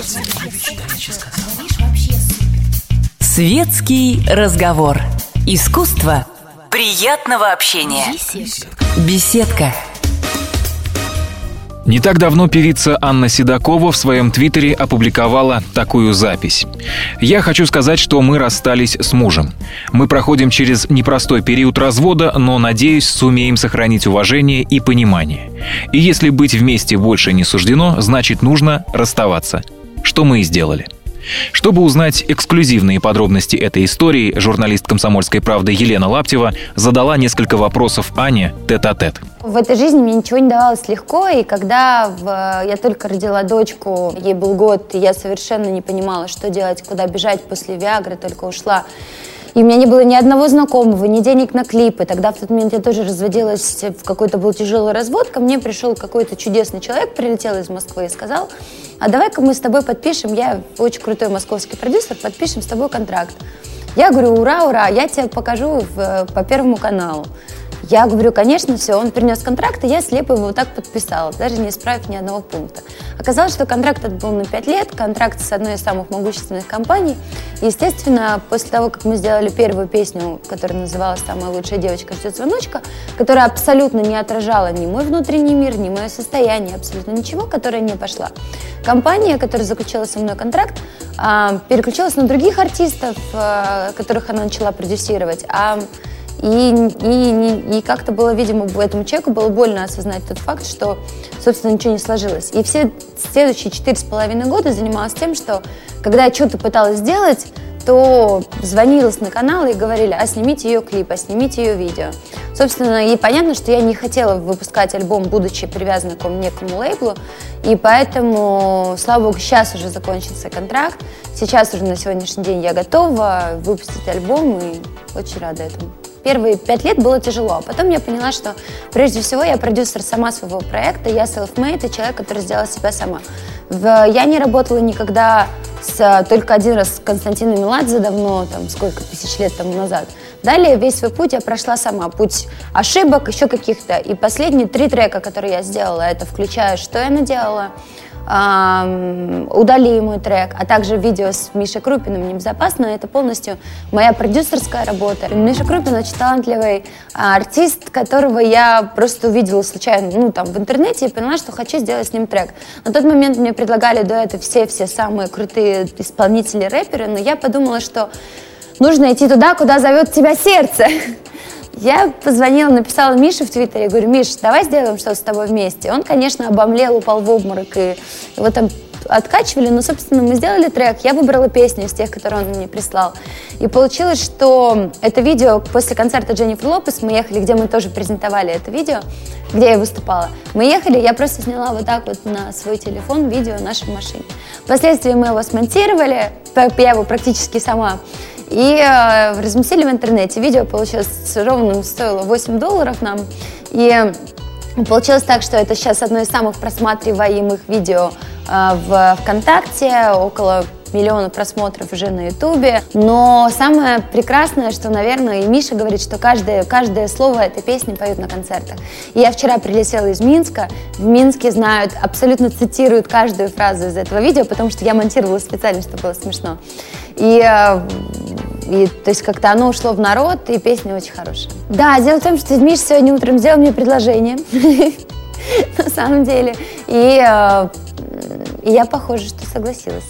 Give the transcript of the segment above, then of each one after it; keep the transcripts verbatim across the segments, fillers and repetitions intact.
Светский разговор. Искусство приятного общения. Беседка. Не так давно певица Анна Седокова в своем твиттере опубликовала такую запись. «Я хочу сказать, что мы расстались с мужем. Мы проходим через непростой период развода, но, надеюсь, сумеем сохранить уважение и понимание. И если быть вместе больше не суждено, значит, нужно расставаться. Что мы и сделали». Чтобы узнать эксклюзивные подробности этой истории, журналист «Комсомольской правды» Елена Лаптева задала несколько вопросов Ане тет-а-тет. В этой жизни мне ничего не давалось легко, и когда в... я только родила дочку, ей был год, и я совершенно не понимала, что делать, куда бежать после Виагры, только ушла. И у меня не было ни одного знакомого, ни денег на клипы. Тогда в тот момент я тоже разводилась, в какой-то был тяжелый развод. Ко мне пришел какой-то чудесный человек, прилетел из Москвы и сказал: а давай-ка мы с тобой подпишем, я очень крутой московский продюсер, подпишем с тобой контракт. Я говорю: ура, ура, я тебе покажу в, по Первому каналу. Я говорю: конечно, все. Он принес контракт, и я слепо его вот так подписала, даже не исправив ни одного пункта. Оказалось, что контракт этот был на пять лет, контракт с одной из самых могущественных компаний. И, естественно, после того, как мы сделали первую песню, которая называлась «Самая лучшая девочка ждет звоночка», которая абсолютно не отражала ни мой внутренний мир, ни мое состояние, абсолютно ничего, которая не пошла. Компания, которая заключила со мной контракт, переключилась на других артистов, которых она начала продюсировать. А И, и, и как-то было, видимо, этому человеку было больно осознать тот факт, что, собственно, ничего не сложилось. И все следующие четыре с половиной года занималась тем, что, когда я что-то пыталась сделать, то звонилась на канал и говорили: а снимите ее клип, а снимите ее видео. Собственно, и понятно, что я не хотела выпускать альбом, будучи привязанной к некому лейблу, и поэтому, слава богу, сейчас уже закончился контракт, сейчас уже на сегодняшний день я готова выпустить альбом, и очень рада этому. Первые пять лет было тяжело, а потом я поняла, что прежде всего я продюсер сама своего проекта, я self-made, и человек, который сделал себя сама. В, я не работала никогда с, только один раз с Константином Меладзе давно, там, сколько тысяч лет тому назад. Далее весь свой путь я прошла сама, путь ошибок, еще каких-то. И последние три трека, которые я сделала, это включая «Что я наделала», «Удали мой трек», а также видео с Мишей Крупиным «Небезопасно». Это полностью моя продюсерская работа. Миша Крупин очень талантливый артист, которого я просто увидела случайно, ну, там, в интернете, и поняла, что хочу сделать с ним трек. На тот момент мне предлагали до этого все-все самые крутые исполнители-рэперы, но я подумала, что нужно идти туда, куда зовет тебя сердце. Я позвонила, написала Мише в Твиттере, говорю: Миш, давай сделаем что-то с тобой вместе. Он, конечно, обомлел, упал в обморок, и его там откачивали, но, собственно, мы сделали трек. Я выбрала песню из тех, которые он мне прислал. И получилось, что это видео после концерта Дженнифер Лопес, мы ехали, где мы тоже презентовали это видео, где я выступала. Мы ехали, я просто сняла вот так вот на свой телефон видео в нашей машине. Впоследствии мы его смонтировали, я его практически сама, и э, разместили в интернете. Видео получилось ровно, стоило восемь долларов нам. И получилось так, что это сейчас одно из самых просматриваемых видео э, в ВКонтакте, около миллиона просмотров уже на Ютубе. Но самое прекрасное, что, наверное, и Миша говорит, что каждое, каждое слово этой песни поют на концертах. И я вчера прилетела из Минска. В Минске знают, абсолютно цитируют каждую фразу из этого видео, потому что я монтировала специально, чтобы было смешно. И, и то есть как-то оно ушло в народ, и песня очень хорошая. Да, дело в том, что Миша сегодня утром сделал мне предложение, на самом деле. И я, похоже, что согласилась.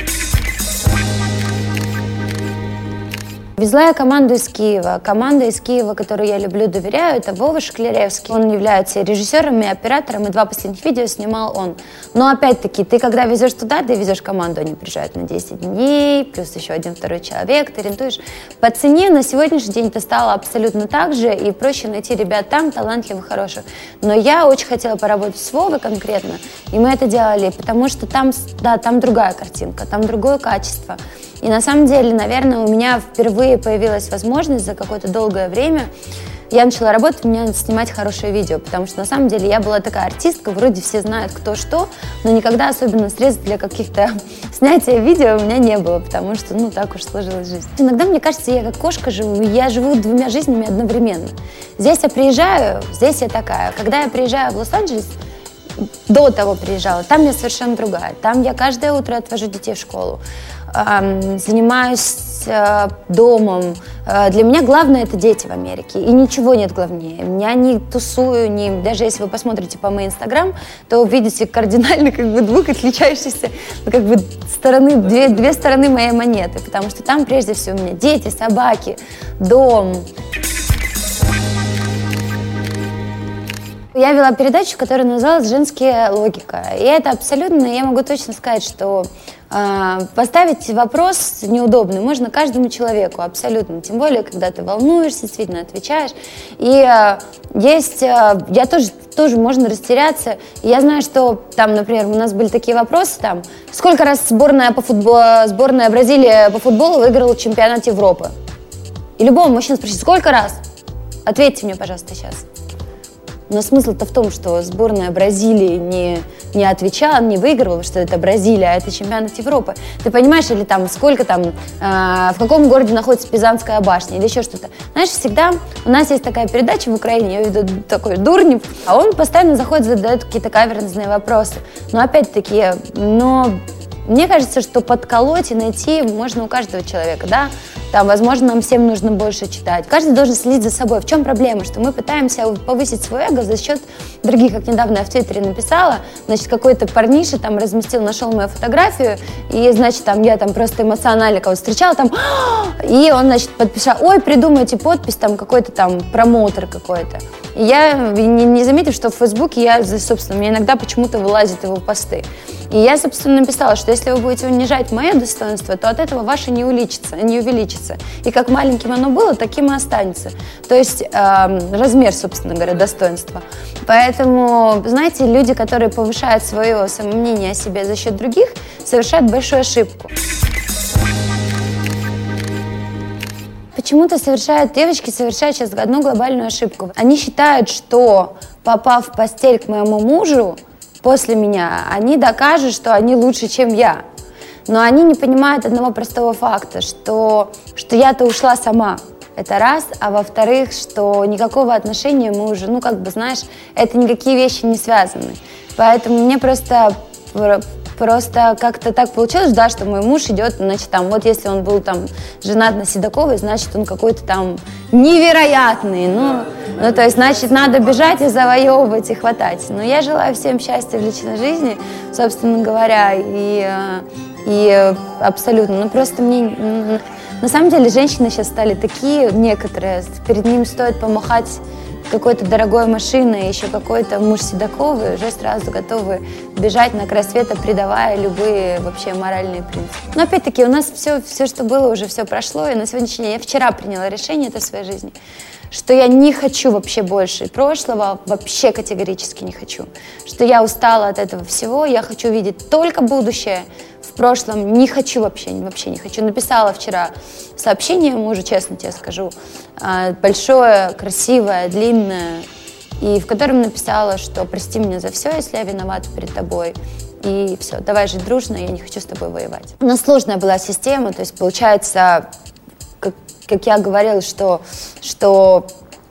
Везла я команду из Киева. Команда из Киева, которую я люблю, доверяю, это Вова Шкляревский. Он является режиссером и оператором, и два последних видео снимал он. Но опять-таки, ты когда везешь туда, ты везешь команду, они приезжают на десять дней, плюс еще один второй человек, ты арендуешь. По цене на сегодняшний день это стало абсолютно так же, и проще найти ребят там, талантливых, хороших. Но я очень хотела поработать с Вовой конкретно, и мы это делали, потому что там, да, там другая картинка, там другое качество. И на самом деле, наверное, у меня впервые появилась возможность за какое-то долгое время, я начала работать, мне надо снимать хорошее видео, потому что на самом деле я была такая артистка, вроде все знают кто что, но никогда особенно средств для каких-то снятия видео у меня не было, потому что, ну, так уж сложилась жизнь. Иногда мне кажется, я как кошка живу, я живу двумя жизнями одновременно. Здесь я приезжаю, здесь я такая. Когда я приезжаю в Лос-Анджелес, до того приезжала, там я совершенно другая. Там я каждое утро отвожу детей в школу, э, занимаюсь э, домом. Э, для меня главное — это дети в Америке, и ничего нет главнее. Я не тусую, не, даже если вы посмотрите по моему инстаграм, то увидите кардинально как бы двух отличающихся как бы стороны, две, две стороны моей монеты, потому что там прежде всего у меня дети, собаки, дом. Я вела передачу, которая называлась «Женская логика». И это абсолютно, я могу точно сказать, что э, поставить вопрос неудобный можно каждому человеку, абсолютно. Тем более, когда ты волнуешься, действительно отвечаешь. И э, есть, э, я тоже, тоже можно растеряться. И я знаю, что там, например, у нас были такие вопросы, там, сколько раз сборная, по футболу, сборная Бразилии по футболу выиграла чемпионат Европы? И любого мужчину спросить, сколько раз? Ответьте мне, пожалуйста, сейчас. Но смысл-то в том, что сборная Бразилии не, не отвечала, не выигрывала, что это Бразилия, а это чемпионат Европы. Ты понимаешь, или там сколько там, э, в каком городе находится Пизанская башня, или еще что-то. Знаешь, всегда у нас есть такая передача в Украине, я веду такой Дурнев, а он постоянно заходит, задает какие-то каверзные вопросы. Но опять-таки, но мне кажется, что подколоть и найти можно у каждого человека, да. Там, возможно, нам всем нужно больше читать. Каждый должен следить за собой. В чем проблема? Что мы пытаемся повысить свое эго за счет других. Как недавно я в Твиттере написала, значит, какой-то парниша там разместил, нашел мою фотографию, и, значит, там я там просто эмоционально кого-то встречала, там, и он, значит, подписал, ой, придумайте подпись, там, какой-то там промоутер какой-то. И я, не, не заметив, что в Фейсбуке я, собственно, мне иногда почему-то вылазят его посты. И я, собственно, написала, что если вы будете унижать мое достоинство, то от этого ваше не увеличится, не увеличится. И как маленьким оно было, таким и останется. То есть э, размер, собственно говоря, достоинства. Поэтому, знаете, люди, которые повышают свое самомнение о себе за счет других, совершают большую ошибку. Почему-то совершают, девочки совершают сейчас одну глобальную ошибку. Они считают, что, попав в постель к моему мужу, после меня, они докажут, что они лучше, чем я. Но они не понимают одного простого факта, что, что я-то ушла сама. Это раз. А во-вторых, что никакого отношения мы уже, ну, как бы, знаешь, это никакие вещи не связаны. Поэтому мне просто... Просто как-то так получилось, да, что мой муж идет, значит, там, вот если он был там женат на Седоковой, значит, он какой-то там невероятный, ну, ну, то есть, значит, надо бежать и завоевывать, и хватать. Но я желаю всем счастья в личной жизни, собственно говоря, и, и абсолютно, ну, просто мне, на самом деле, женщины сейчас стали такие, некоторые, перед ним стоит помахать какой-то дорогой машиной, еще какой-то муж Седоковой, уже сразу готовы бежать на край света, предавая любые вообще моральные принципы. Но опять-таки у нас все, все, что было, уже все прошло, и на сегодняшний день я вчера приняла решение это в своей жизни, что я не хочу вообще больше прошлого, вообще категорически не хочу, что я устала от этого всего, я хочу видеть только будущее, в прошлом не хочу вообще, вообще не хочу. Написала вчера сообщение мужу, честно тебе скажу, большое, красивое, длинное, и в котором написала, что прости меня за все, если я виновата перед тобой, и все, давай жить дружно, я не хочу с тобой воевать. У нас сложная была система, то есть получается, как, как я говорила, что, что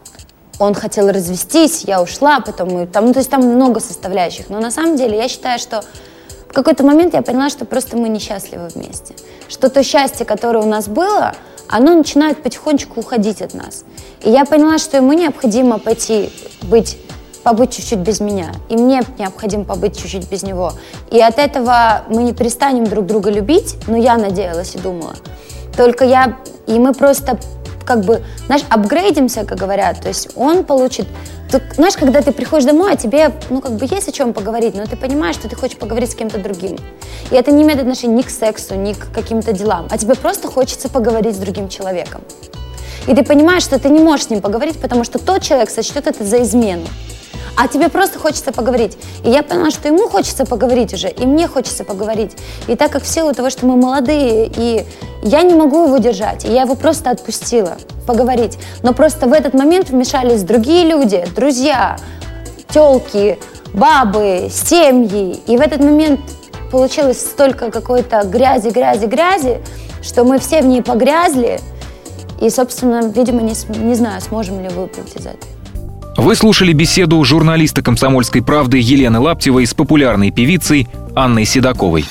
он хотел развестись, я ушла, потом мы, там, ну, то есть там много составляющих, но на самом деле я считаю, что в какой-то момент я поняла, что просто мы несчастливы вместе. Что то счастье, которое у нас было, оно начинает потихонечку уходить от нас. И я поняла, что ему необходимо пойти быть, побыть чуть-чуть без меня. И мне необходимо побыть чуть-чуть без него. И от этого мы не перестанем друг друга любить, но я надеялась и думала. Только я... И мы просто как бы, знаешь, апгрейдимся, как говорят. То есть он получит... Ты, знаешь, когда ты приходишь домой, а тебе, ну, как бы есть о чем поговорить, но ты понимаешь, что ты хочешь поговорить с кем-то другим. И это не имеет отношения ни к сексу, ни к каким-то делам, а тебе просто хочется поговорить с другим человеком. И ты понимаешь, что ты не можешь с ним поговорить, потому что тот человек сочтет это за измену. А тебе просто хочется поговорить. И я поняла, что ему хочется поговорить уже, и мне хочется поговорить. И так как в силу того, что мы молодые, и я не могу его держать, и я его просто отпустила поговорить. Но просто в этот момент вмешались другие люди, друзья, тёлки, бабы, семьи. И в этот момент получилось столько какой-то грязи, грязи, грязи, что мы все в ней погрязли. И, собственно, видимо, не, не знаю, сможем ли выплыть из этого. Вы слушали беседу журналиста «Комсомольской правды» Елены Лаптевой с популярной певицей Анной Седоковой.